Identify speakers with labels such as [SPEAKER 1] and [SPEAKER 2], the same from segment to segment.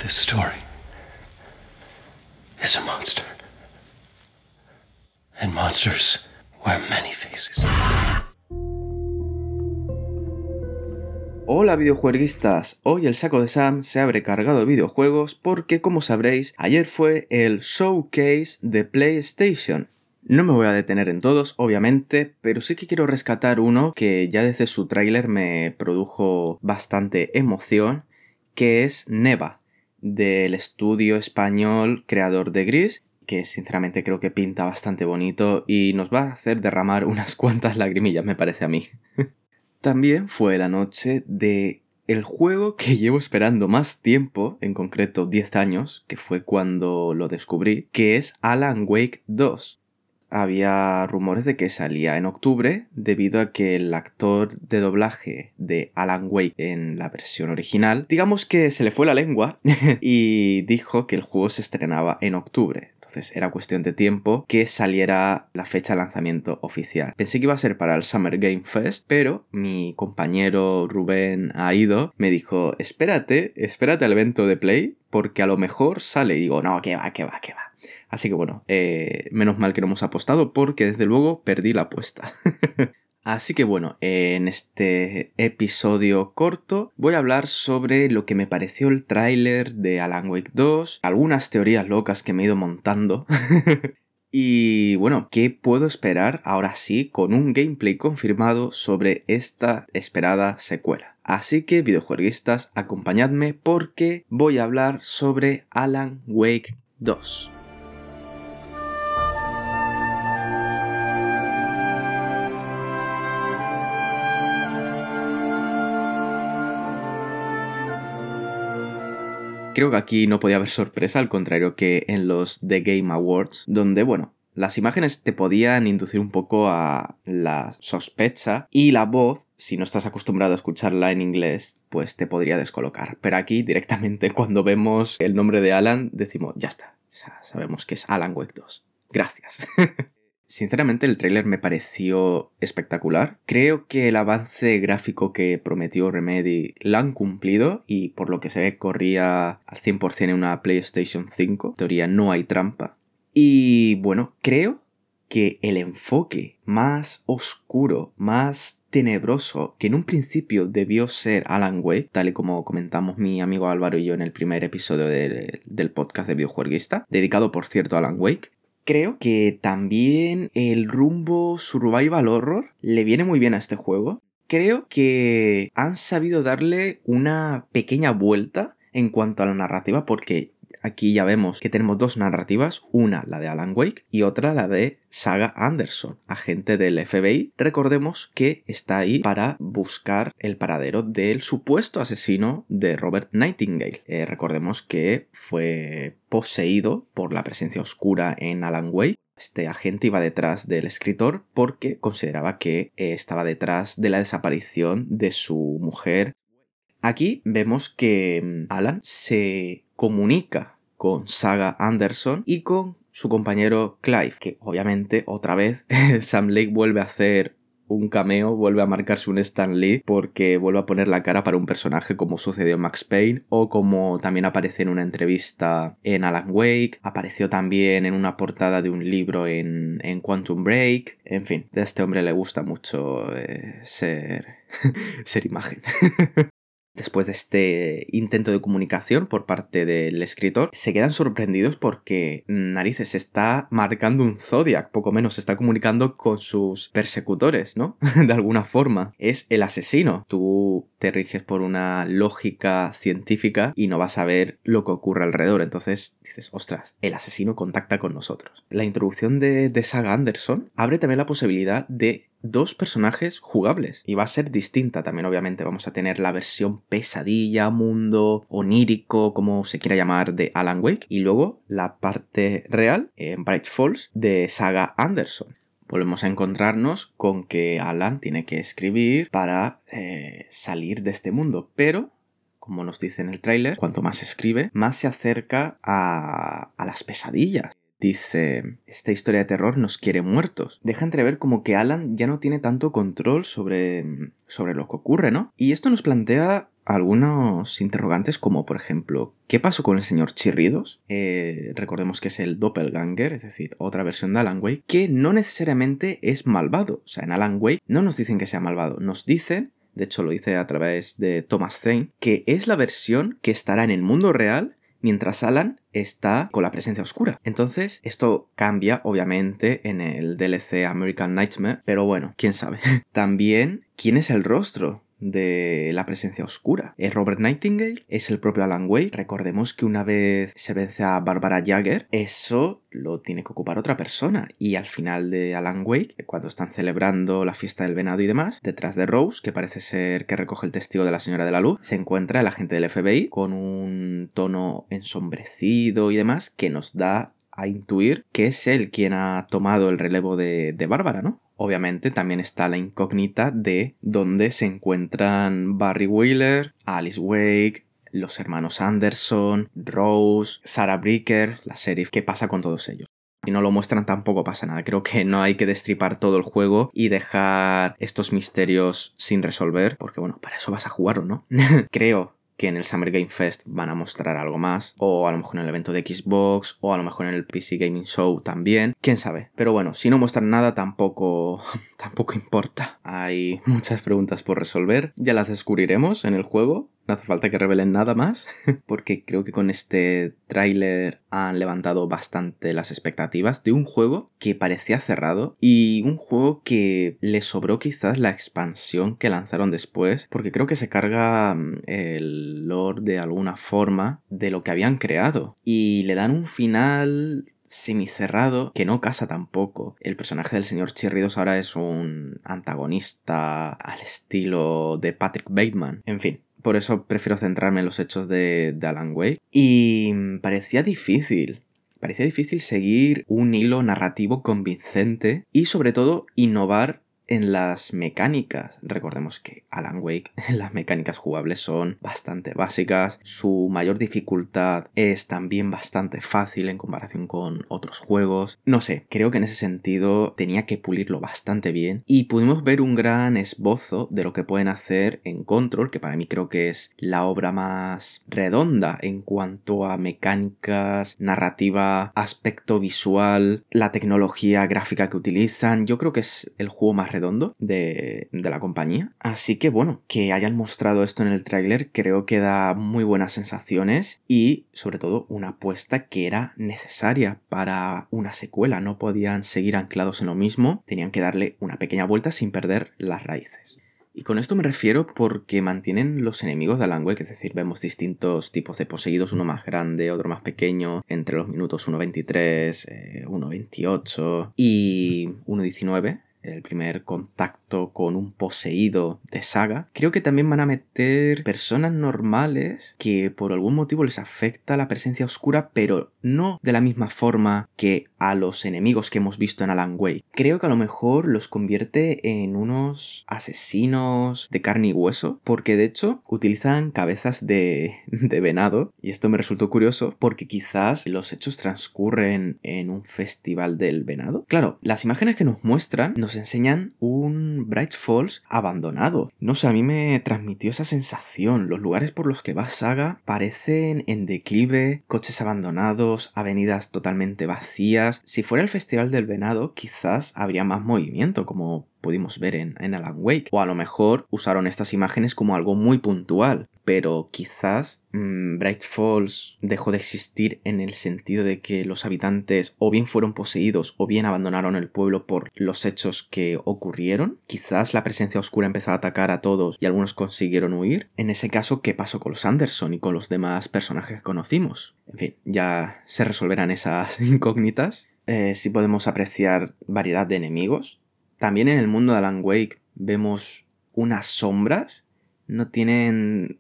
[SPEAKER 1] This story is a monster. And monsters wear many faces.
[SPEAKER 2] Hola videojueguistas, hoy el saco de Sam se abre cargado de videojuegos porque, como sabréis, ayer fue el showcase de PlayStation. No me voy a detener en todos, obviamente, pero sí que quiero rescatar uno que ya desde su tráiler me produjo bastante emoción, que es Neva, del estudio español creador de Gris, que sinceramente creo que pinta bastante bonito y nos va a hacer derramar unas cuantas lagrimillas, me parece a mí. También fue la noche de el juego que llevo esperando más tiempo, en concreto 10 años, que fue cuando lo descubrí, que es Alan Wake 2. Había rumores de que salía en octubre debido a que el actor de doblaje de Alan Wake en la versión original, digamos que se le fue la lengua y dijo que el juego se estrenaba en octubre. Entonces era cuestión de tiempo que saliera la fecha de lanzamiento oficial. Pensé que iba a ser para el Summer Game Fest, pero mi compañero Rubén Aido me dijo, espérate al evento de Play porque a lo mejor sale. Y digo, no, que va. Así que bueno, menos mal que no hemos apostado porque desde luego perdí la apuesta. Así que bueno, en este episodio corto voy a hablar sobre lo que me pareció el tráiler de Alan Wake 2, algunas teorías locas que me he ido montando y bueno, ¿qué puedo esperar ahora sí con un gameplay confirmado sobre esta esperada secuela? Así que videojueguistas, acompañadme porque voy a hablar sobre Alan Wake 2. Creo que aquí no podía haber sorpresa, al contrario que en los The Game Awards, donde, bueno, las imágenes te podían inducir un poco a la sospecha y la voz, si no estás acostumbrado a escucharla en inglés, pues te podría descolocar. Pero aquí directamente cuando vemos el nombre de Alan decimos, ya está, sabemos que es Alan Wake 2. Gracias. Sinceramente el tráiler me pareció espectacular. Creo que el avance gráfico que prometió Remedy lo han cumplido y por lo que se ve corría al 100% en una PlayStation 5. En teoría no hay trampa. Y bueno, creo que el enfoque más oscuro, más tenebroso, que en un principio debió ser Alan Wake, tal y como comentamos mi amigo Álvaro y yo en el primer episodio del podcast de Videojueguista, dedicado por cierto a Alan Wake, creo que también el rumbo survival horror le viene muy bien a este juego. Creo que han sabido darle una pequeña vuelta en cuanto a la narrativa porque aquí ya vemos que tenemos dos narrativas, una la de Alan Wake y otra la de Saga Anderson, agente del FBI. Recordemos que está ahí para buscar el paradero del supuesto asesino de Robert Nightingale. Recordemos que fue poseído por la presencia oscura en Alan Wake. Este agente iba detrás del escritor porque consideraba que estaba detrás de la desaparición de su mujer. Aquí vemos que Alan se comunica con Saga Anderson y con su compañero Clive, que obviamente otra vez Sam Lake vuelve a hacer un cameo, vuelve a marcarse un Stan Lee porque vuelve a poner la cara para un personaje como sucedió en Max Payne o como también aparece en una entrevista en Alan Wake, apareció también en una portada de un libro en Quantum Break, en fin, a este hombre le gusta mucho ser imagen. Después de este intento de comunicación por parte del escritor, se quedan sorprendidos porque, narices, está marcando un Zodiac, poco menos, se está comunicando con sus persecutores, ¿no? De alguna forma. Es el asesino. Tú te riges por una lógica científica y no vas a ver lo que ocurre alrededor. Entonces dices, ostras, el asesino contacta con nosotros. La introducción de Saga Anderson abre también la posibilidad de dos personajes jugables y va a ser distinta también, obviamente. Vamos a tener la versión pesadilla, mundo onírico, como se quiera llamar, de Alan Wake y luego la parte real en Bright Falls de Saga Anderson. Volvemos a encontrarnos con que Alan tiene que escribir para salir de este mundo, pero como nos dice en el tráiler, cuanto más escribe, más se acerca a las pesadillas. Dice, esta historia de terror nos quiere muertos. Deja entrever como que Alan ya no tiene tanto control sobre lo que ocurre, ¿no? Y esto nos plantea algunos interrogantes como, por ejemplo, ¿qué pasó con el señor Chirridos? Recordemos que es el doppelganger, es decir, otra versión de Alan Wake, que no necesariamente es malvado. O sea, en Alan Wake no nos dicen que sea malvado, nos dicen, de hecho lo dice a través de Thomas Zane, que es la versión que estará en el mundo real mientras Alan está con la presencia oscura. Entonces, esto cambia, obviamente, en el DLC American Nightmare, pero bueno, quién sabe. También, ¿quién es el rostro de la presencia oscura? ¿Es Robert Nightingale? ¿Es el propio Alan Wake? Recordemos que una vez se vence a Barbara Jagger, eso lo tiene que ocupar otra persona. Y al final de Alan Wake, cuando están celebrando la fiesta del venado y demás, detrás de Rose, que parece ser que recoge el testigo de la Señora de la Luz, se encuentra el agente del FBI con un tono ensombrecido y demás que nos da a intuir que es él quien ha tomado el relevo de Bárbara, ¿no? Obviamente también está la incógnita de dónde se encuentran Barry Wheeler, Alice Wake, los hermanos Anderson, Rose, Sarah Bricker, la sheriff. ¿Qué pasa con todos ellos? Si no lo muestran tampoco pasa nada. Creo que no hay que destripar todo el juego y dejar estos misterios sin resolver, porque bueno, para eso vas a jugar, ¿o no? Creo que en el Summer Game Fest van a mostrar algo más, o a lo mejor en el evento de Xbox, o a lo mejor en el PC Gaming Show también, quién sabe. Pero bueno, si no muestran nada tampoco importa. Hay muchas preguntas por resolver, ya las descubriremos en el juego. No hace falta que revelen nada más, porque creo que con este tráiler han levantado bastante las expectativas de un juego que parecía cerrado y un juego que le sobró quizás la expansión que lanzaron después, porque creo que se carga el lore de alguna forma de lo que habían creado y le dan un final semicerrado que no casa tampoco. El personaje del señor Chirridos ahora es un antagonista al estilo de Patrick Bateman. En fin, por eso prefiero centrarme en los hechos de Alan Wake. Y parecía difícil seguir un hilo narrativo convincente y sobre todo innovar en las mecánicas. Recordemos que Alan Wake, las mecánicas jugables son bastante básicas, su mayor dificultad es también bastante fácil en comparación con otros juegos. No sé, creo que en ese sentido tenía que pulirlo bastante bien y pudimos ver un gran esbozo de lo que pueden hacer en Control, que para mí creo que es la obra más redonda en cuanto a mecánicas, narrativa, aspecto visual, la tecnología gráfica que utilizan. Yo creo que es el juego más redondo de la compañía. Así que bueno, que hayan mostrado esto en el tráiler creo que da muy buenas sensaciones y sobre todo una apuesta que era necesaria para una secuela. No podían seguir anclados en lo mismo, tenían que darle una pequeña vuelta sin perder las raíces. Y con esto me refiero porque mantienen los enemigos de Alan Wake, es decir, vemos distintos tipos de poseídos, uno más grande, otro más pequeño, entre los minutos 1.23, 1.28 y 1.19. El primer contacto con un poseído de Saga. Creo que también van a meter personas normales que por algún motivo les afecta la presencia oscura, pero no de la misma forma que a los enemigos que hemos visto en Alan Wake. Creo que a lo mejor los convierte en unos asesinos de carne y hueso, porque de hecho utilizan cabezas de venado, y esto me resultó curioso porque quizás los hechos transcurren en un festival del venado. Claro, las imágenes que nos muestran nos enseñan un Bright Falls abandonado. No sé, a mí me transmitió esa sensación. Los lugares por los que va Saga parecen en declive, coches abandonados, avenidas totalmente vacías. Si fuera el Festival del Venado, quizás habría más movimiento, como pudimos ver en Alan Wake. O a lo mejor usaron estas imágenes como algo muy puntual. Pero quizás Bright Falls dejó de existir en el sentido de que los habitantes o bien fueron poseídos o bien abandonaron el pueblo por los hechos que ocurrieron. Quizás la presencia oscura empezó a atacar a todos y algunos consiguieron huir. En ese caso, ¿qué pasó con los Anderson y con los demás personajes que conocimos? En fin, ya se resolverán esas incógnitas. Sí podemos apreciar variedad de enemigos. También en el mundo de Alan Wake vemos unas sombras. No tienen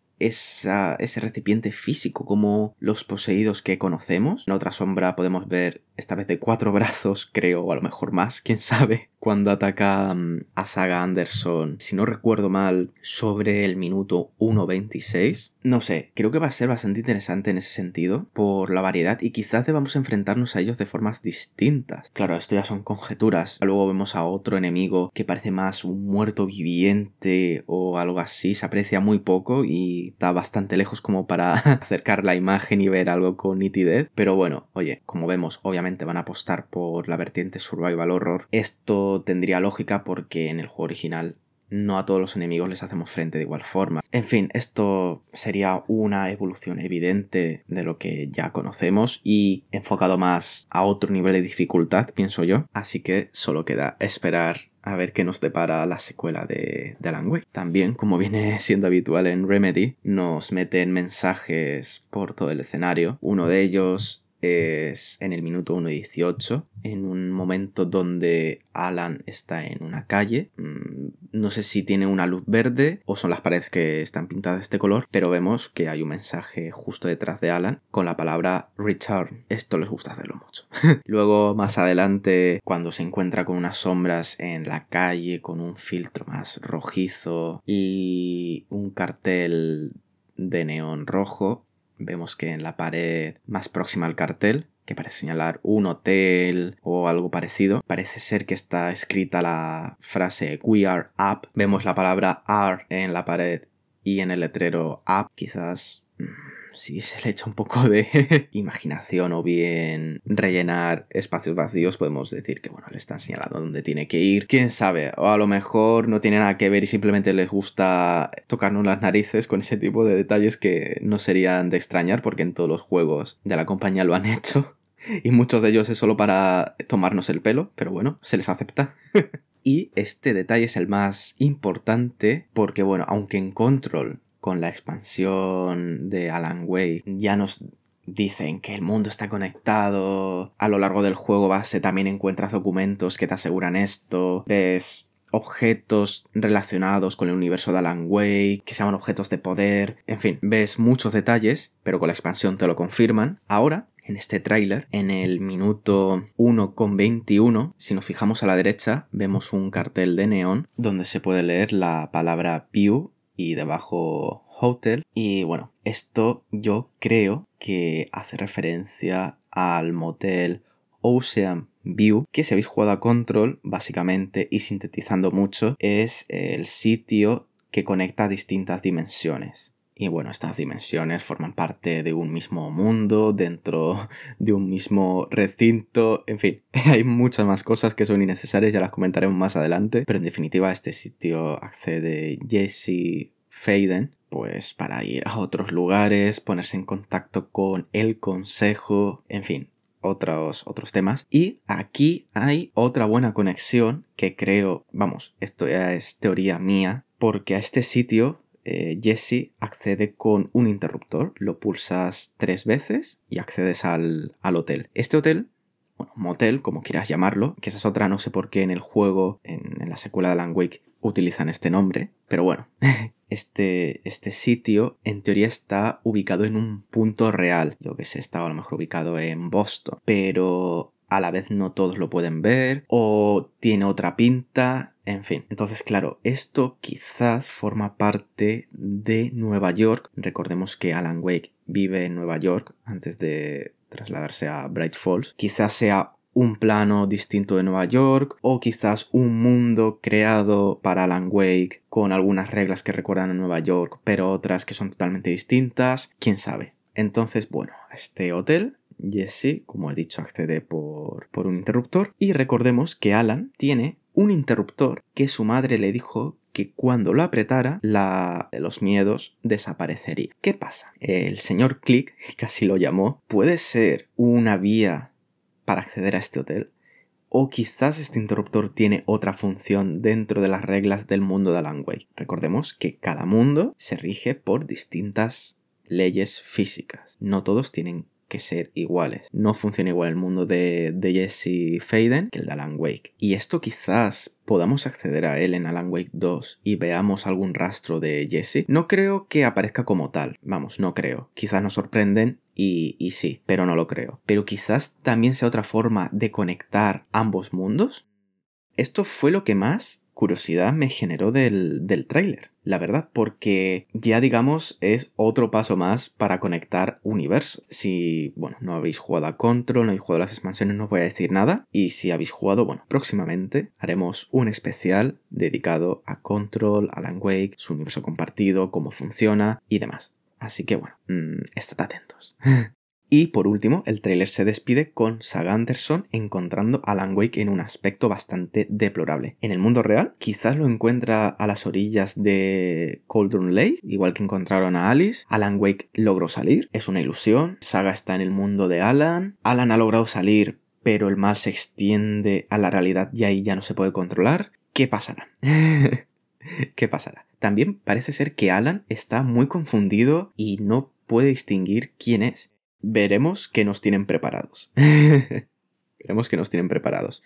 [SPEAKER 2] ese recipiente físico como los poseídos que conocemos. En otra sombra podemos ver, esta vez de 4 brazos, creo, o a lo mejor más, quién sabe, cuando ataca a Saga Anderson, si no recuerdo mal, sobre el minuto 1.26. No sé, creo que va a ser bastante interesante en ese sentido, por la variedad, y quizás debamos enfrentarnos a ellos de formas distintas. Claro, esto ya son conjeturas. Luego vemos a otro enemigo que parece más un muerto viviente o algo así, se aprecia muy poco y está bastante lejos como para acercar la imagen y ver algo con nitidez. Pero bueno, oye, como vemos, obviamente van a apostar por la vertiente survival horror. Esto tendría lógica porque en el juego original no a todos los enemigos les hacemos frente de igual forma. En fin, esto sería una evolución evidente de lo que ya conocemos y enfocado más a otro nivel de dificultad, pienso yo. Así que solo queda esperar a ver qué nos depara la secuela de Alan Wake. También, como viene siendo habitual en Remedy, nos meten mensajes por todo el escenario. Uno de ellos es en el minuto 1:18, en un momento donde Alan está en una calle. No sé si tiene una luz verde o son las paredes que están pintadas de este color, pero vemos que hay un mensaje justo detrás de Alan con la palabra return. Esto les gusta hacerlo mucho. Luego, más adelante, cuando se encuentra con unas sombras en la calle, con un filtro más rojizo y un cartel de neón rojo, vemos que en la pared más próxima al cartel, que parece señalar un hotel o algo parecido, parece ser que está escrita la frase "We are up". Vemos la palabra "are" en la pared y en el letrero "up". Quizás si se le echa un poco de imaginación o bien rellenar espacios vacíos, podemos decir que bueno, le están señalando dónde tiene que ir. Quién sabe, o a lo mejor no tiene nada que ver y simplemente les gusta tocarnos las narices con ese tipo de detalles que no serían de extrañar porque en todos los juegos de la compañía lo han hecho. Y muchos de ellos es solo para tomarnos el pelo, pero bueno, se les acepta. Y este detalle es el más importante porque, bueno, aunque en Control, con la expansión de Alan Wake, ya nos dicen que el mundo está conectado, a lo largo del juego base también encuentras documentos que te aseguran esto, ves objetos relacionados con el universo de Alan Wake, que se llaman objetos de poder, en fin, ves muchos detalles, pero con la expansión te lo confirman. Ahora, en este tráiler, en el minuto 1:21, si nos fijamos a la derecha, vemos un cartel de neón donde se puede leer la palabra View y debajo Hotel. Y bueno, esto yo creo que hace referencia al motel Ocean View, que si habéis jugado a Control, básicamente, y sintetizando mucho, es el sitio que conecta distintas dimensiones. Y bueno, estas dimensiones forman parte de un mismo mundo, dentro de un mismo recinto, en fin, hay muchas más cosas que son innecesarias, ya las comentaremos más adelante, pero en definitiva a este sitio accede Jesse Faden, pues para ir a otros lugares, ponerse en contacto con el consejo, en fin, otros temas. Y aquí hay otra buena conexión que creo, vamos, esto ya es teoría mía, porque a este sitio Jesse accede con un interruptor, lo pulsas 3 veces y accedes al hotel. Este hotel, bueno, motel, como quieras llamarlo, que esa es otra, no sé por qué en el juego, en la secuela de Alan Wake, utilizan este nombre, pero bueno, este sitio en teoría está ubicado en un punto real. Yo que sé, está a lo mejor ubicado en Boston, pero a la vez no todos lo pueden ver o tiene otra pinta. En fin, entonces claro, esto quizás forma parte de Nueva York. Recordemos que Alan Wake vive en Nueva York antes de trasladarse a Bright Falls. Quizás sea un plano distinto de Nueva York o quizás un mundo creado para Alan Wake con algunas reglas que recuerdan a Nueva York pero otras que son totalmente distintas. ¿Quién sabe? Entonces, bueno, este hotel, Jesse, como he dicho, accede por un interruptor y recordemos que Alan tiene un interruptor que su madre le dijo que cuando lo apretara, los miedos desaparecerían. ¿Qué pasa? El señor Click, que así lo llamó, puede ser una vía para acceder a este hotel, o quizás este interruptor tiene otra función dentro de las reglas del mundo de Alan Wake. Recordemos que cada mundo se rige por distintas leyes físicas. No todos tienen que ser iguales. No funciona igual el mundo de Jesse Faden que el de Alan Wake. Y esto quizás podamos acceder a él en Alan Wake 2 y veamos algún rastro de Jesse. No creo que aparezca como tal. Vamos, no creo. Quizás nos sorprenden y sí, pero no lo creo. Pero quizás también sea otra forma de conectar ambos mundos. Esto fue lo que más curiosidad me generó del tráiler. la verdad, porque ya digamos es otro paso más para conectar universos. Si, bueno, no habéis jugado a Control, no habéis jugado a las expansiones, no voy a decir nada. Y si habéis jugado, bueno, próximamente haremos un especial dedicado a Control, Alan Wake, su universo compartido, cómo funciona y demás. Así que bueno, estad atentos. Y por último, el tráiler se despide con Saga Anderson encontrando a Alan Wake en un aspecto bastante deplorable. En el mundo real, quizás lo encuentra a las orillas de Cauldron Lake, igual que encontraron a Alice. Alan Wake logró salir, es una ilusión. Saga está en el mundo de Alan. Alan ha logrado salir, pero el mal se extiende a la realidad y ahí ya no se puede controlar. ¿Qué pasará? ¿Qué pasará? También parece ser que Alan está muy confundido y no puede distinguir quién es. Veremos qué nos tienen preparados. Veremos qué nos tienen preparados.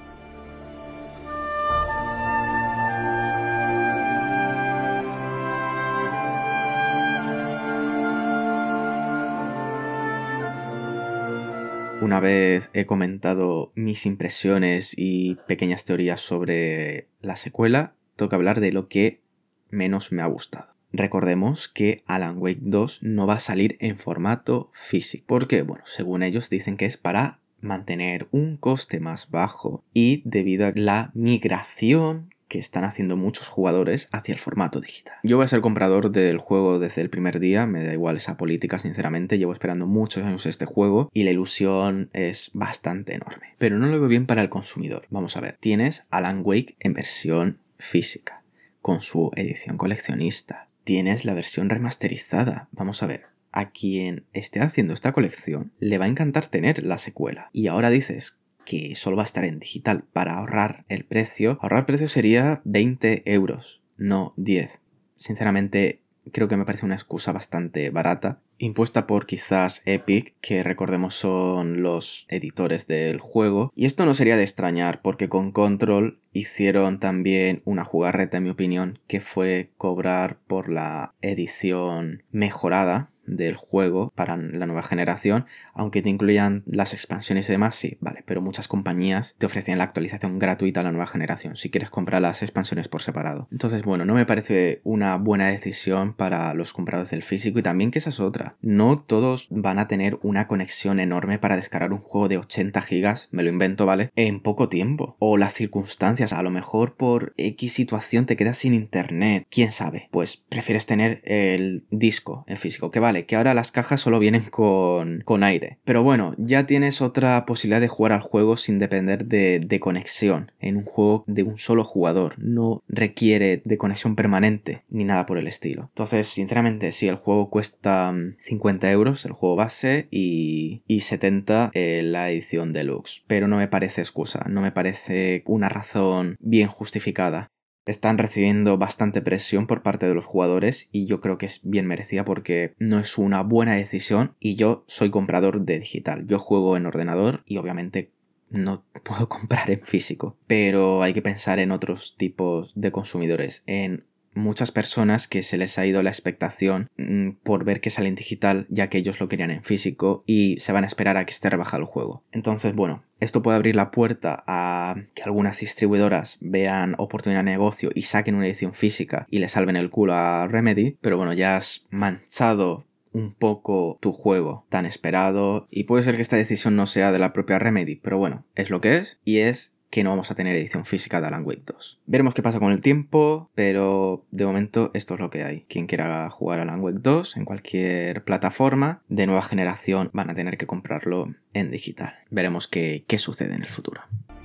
[SPEAKER 2] Una vez he comentado mis impresiones y pequeñas teorías sobre la secuela, toca hablar de lo que menos me ha gustado. Recordemos que Alan Wake 2 no va a salir en formato físico, porque, bueno, según ellos dicen que es para mantener un coste más bajo y debido a la migración que están haciendo muchos jugadores hacia el formato digital. Yo voy a ser comprador del juego desde el primer día, me da igual esa política, sinceramente, llevo esperando muchos años este juego y la ilusión es bastante enorme. Pero no lo veo bien para el consumidor. Vamos a ver, tienes Alan Wake en versión física, con su edición coleccionista. Tienes la versión remasterizada. Vamos a ver, a quien esté haciendo esta colección le va a encantar tener la secuela. Y ahora dices que solo va a estar en digital para ahorrar el precio. Ahorrar precio sería 20 euros, no 10. Sinceramente, creo que me parece una excusa bastante barata, impuesta por quizás Epic, que recordemos son los editores del juego. Y esto no sería de extrañar, porque con Control hicieron también una jugarreta, en mi opinión, que fue cobrar por la edición mejorada del juego para la nueva generación, aunque te incluyan las expansiones y demás, sí, vale, pero muchas compañías te ofrecían la actualización gratuita a la nueva generación si quieres comprar las expansiones por separado. Entonces, bueno, no me parece una buena decisión para los compradores del físico, y también que esa es otra. No todos van a tener una conexión enorme para descargar un juego de 80 gigas, me lo invento, ¿vale?, en poco tiempo. O las circunstancias, a lo mejor por X situación te quedas sin internet, quién sabe, pues prefieres tener el disco en físico, que vale, que ahora las cajas solo vienen con aire. Pero bueno, ya tienes otra posibilidad de jugar al juego sin depender de conexión. En un juego de un solo jugador. No requiere de conexión permanente ni nada por el estilo. Entonces, sinceramente, sí, el juego cuesta 50 euros, el juego base, y 70 la edición deluxe. Pero no me parece excusa, no me parece una razón bien justificada. Están recibiendo bastante presión por parte de los jugadores y yo creo que es bien merecida porque no es una buena decisión y yo soy comprador de digital. Yo juego en ordenador y obviamente no puedo comprar en físico, pero hay que pensar en otros tipos de consumidores, en muchas personas que se les ha ido la expectación por ver que sale en digital, ya que ellos lo querían en físico y se van a esperar a que esté rebajado el juego. Entonces, bueno, esto puede abrir la puerta a que algunas distribuidoras vean oportunidad de negocio y saquen una edición física y le salven el culo a Remedy, pero bueno, ya has manchado un poco tu juego tan esperado y puede ser que esta decisión no sea de la propia Remedy, pero bueno, es lo que es y es que no vamos a tener edición física de Alan Wake 2. Veremos qué pasa con el tiempo, pero de momento esto es lo que hay. Quien quiera jugar a Alan Wake 2 en cualquier plataforma de nueva generación van a tener que comprarlo en digital. Veremos qué sucede en el futuro.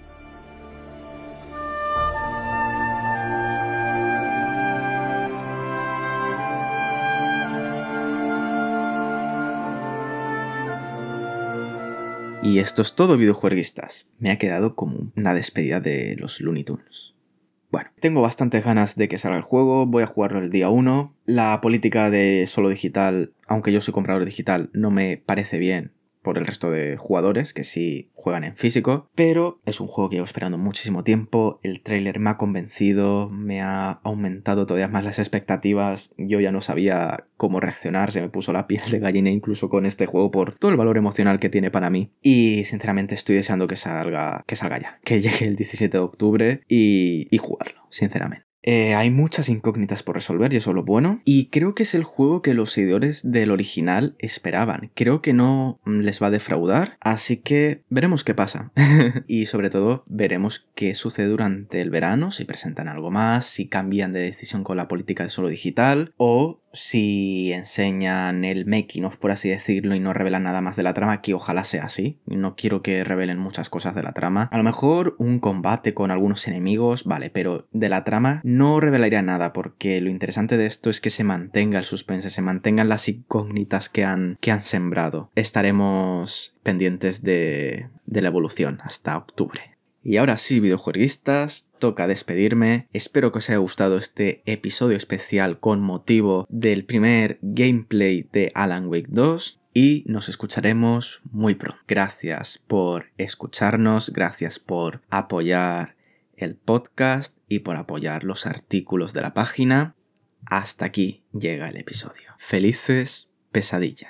[SPEAKER 2] Y esto es todo, videojueguistas. Me ha quedado como una despedida de los Looney Tunes. Bueno, tengo bastantes ganas de que salga el juego, voy a jugarlo el día 1. La política de solo digital, aunque yo soy comprador digital, no me parece bien por el resto de jugadores que sí juegan en físico, pero es un juego que llevo esperando muchísimo tiempo. El tráiler me ha convencido, me ha aumentado todavía más las expectativas. Yo ya no sabía cómo reaccionar, se me puso la piel de gallina incluso con este juego por todo el valor emocional que tiene para mí. Y sinceramente estoy deseando que salga ya, que llegue el 17 de octubre y jugarlo, sinceramente. Hay muchas incógnitas por resolver y eso es lo bueno. Y creo que es el juego que los seguidores del original esperaban. Creo que no les va a defraudar, así que veremos qué pasa. Y sobre todo veremos qué sucede durante el verano, si presentan algo más, si cambian de decisión con la política de solo digital o si enseñan el making of, por así decirlo, y no revelan nada más de la trama, que ojalá sea así. No quiero que revelen muchas cosas de la trama. A lo mejor un combate con algunos enemigos, vale, pero de la trama no revelaría nada, porque lo interesante de esto es que se mantenga el suspense, se mantengan las incógnitas que han sembrado. Estaremos pendientes de la evolución hasta octubre. Y ahora sí, videojueguistas, toca despedirme. Espero que os haya gustado este episodio especial con motivo del primer gameplay de Alan Wake 2 y nos escucharemos muy pronto. Gracias por escucharnos, gracias por apoyar el podcast y por apoyar los artículos de la página. Hasta aquí llega el episodio. Felices pesadillas.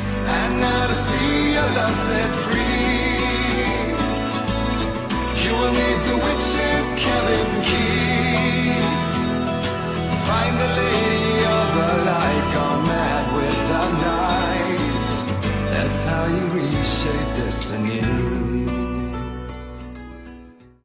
[SPEAKER 3] You will need the witch's cabin key. Find the lady of the light, gone mad with the night. That's how you reshape this